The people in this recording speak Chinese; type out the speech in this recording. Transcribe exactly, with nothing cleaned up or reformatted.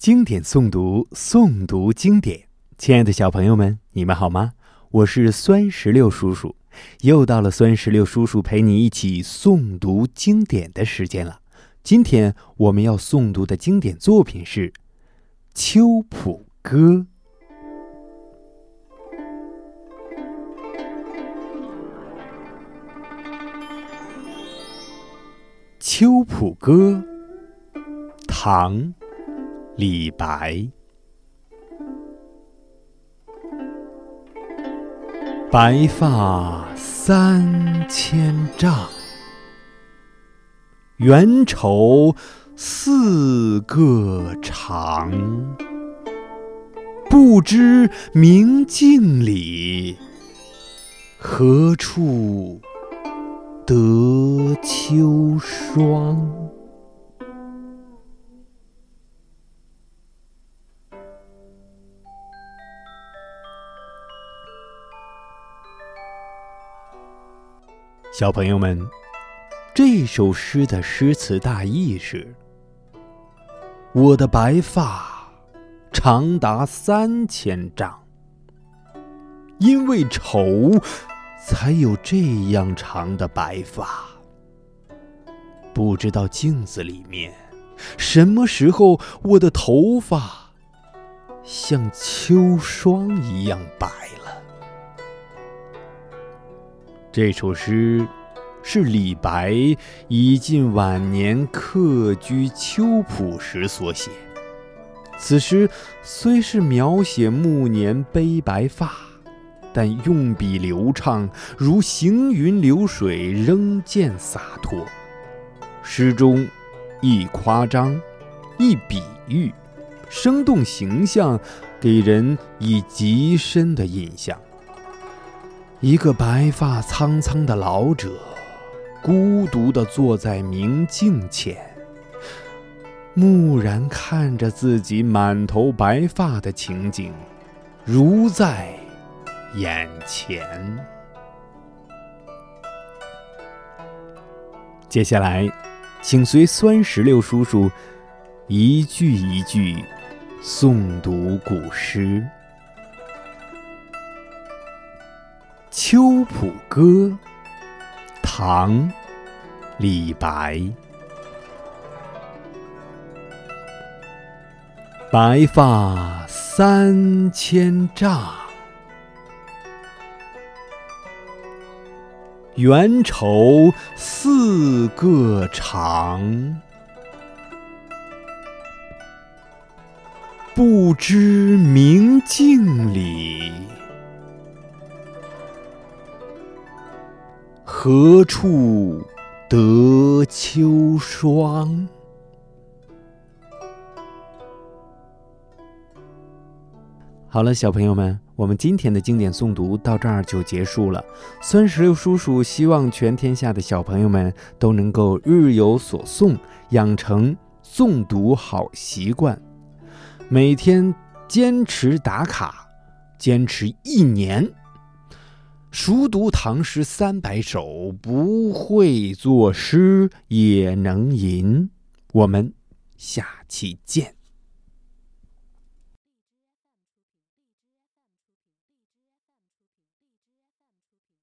经典诵读，诵读经典。亲爱的小朋友们，你们好吗？我是酸石榴叔叔，又到了酸石榴叔叔陪你一起诵读经典的时间了。今天我们要诵读的经典作品是《秋浦歌》。《秋浦歌》唐·李白。白发三千丈，缘愁似个长。不知明镜里，何处得秋霜。小朋友们，这首诗的诗词大意是：我的白发长达三千丈，因为愁才有这样长的白发。不知道镜子里面什么时候我的头发像秋霜一样白了。这首诗是李白已近晚年客居秋浦时所写。此诗虽是描写暮年悲白发，但用笔流畅，如行云流水，仍见洒脱。诗中一夸张，一比喻，生动形象，给人以极深的印象。一个白发苍苍的老者，孤独地坐在明镜前，蓦然看着自己满头白发的情景，如在眼前。接下来，请随酸石榴叔叔一句一句诵读古诗。《秋浦歌》唐·李白。白发三千丈，缘愁似个长。不知明镜里，何处得秋霜？好了，小朋友们，我们今天的经典诵读到这儿就结束了。酸石榴叔叔希望全天下的小朋友们都能够日有所诵，养成诵读好习惯，每天坚持打卡，坚持一年，熟读唐诗三百首，不会作诗也能吟。我们下期见。